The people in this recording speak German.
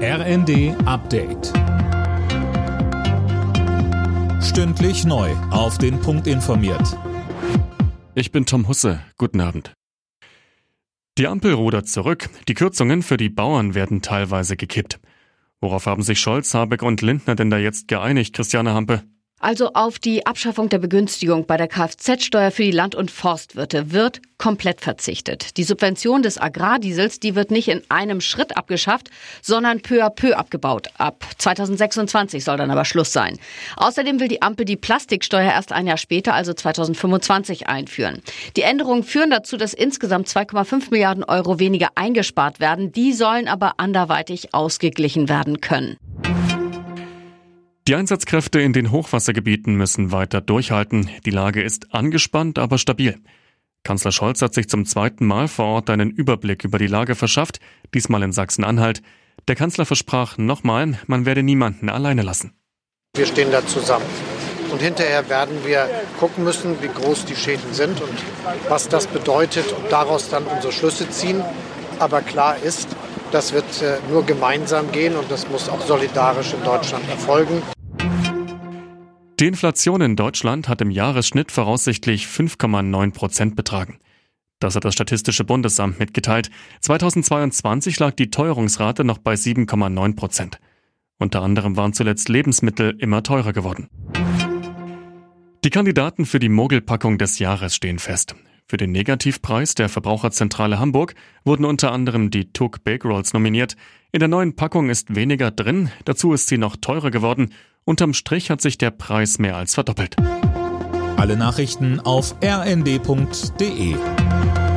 RND Update. Stündlich neu auf den Punkt informiert. Ich bin Tom Husse. Guten Abend. Die Ampel rudert zurück. Die Kürzungen für die Bauern werden teilweise gekippt. Worauf haben sich Scholz, Habeck und Lindner denn da jetzt geeinigt, Christiane Hampe? Also auf die Abschaffung der Begünstigung bei der Kfz-Steuer für die Land- und Forstwirte wird komplett verzichtet. Die Subvention des Agrardiesels, die wird nicht in einem Schritt abgeschafft, sondern peu à peu abgebaut. Ab 2026 soll dann aber Schluss sein. Außerdem will die Ampel die Plastiksteuer erst ein Jahr später, also 2025, einführen. Die Änderungen führen dazu, dass insgesamt 2,5 Milliarden Euro weniger eingespart werden. Die sollen aber anderweitig ausgeglichen werden können. Die Einsatzkräfte in den Hochwassergebieten müssen weiter durchhalten. Die Lage ist angespannt, aber stabil. Kanzler Scholz hat sich zum zweiten Mal vor Ort einen Überblick über die Lage verschafft, diesmal in Sachsen-Anhalt. Der Kanzler versprach nochmal, man werde niemanden alleine lassen. Wir stehen da zusammen. Und hinterher werden wir gucken müssen, wie groß die Schäden sind und was das bedeutet und daraus dann unsere Schlüsse ziehen. Aber klar ist, das wird nur gemeinsam gehen und das muss auch solidarisch in Deutschland erfolgen. Die Inflation in Deutschland hat im Jahresschnitt voraussichtlich 5,9% betragen. Das hat das Statistische Bundesamt mitgeteilt. 2022 lag die Teuerungsrate noch bei 7,9%. Unter anderem waren zuletzt Lebensmittel immer teurer geworden. Die Kandidaten für die Mogelpackung des Jahres stehen fest. Für den Negativpreis der Verbraucherzentrale Hamburg wurden unter anderem die TUC Bake Rolls nominiert. In der neuen Packung ist weniger drin, dazu ist sie noch teurer geworden. Unterm Strich hat sich der Preis mehr als verdoppelt. Alle Nachrichten auf rnd.de.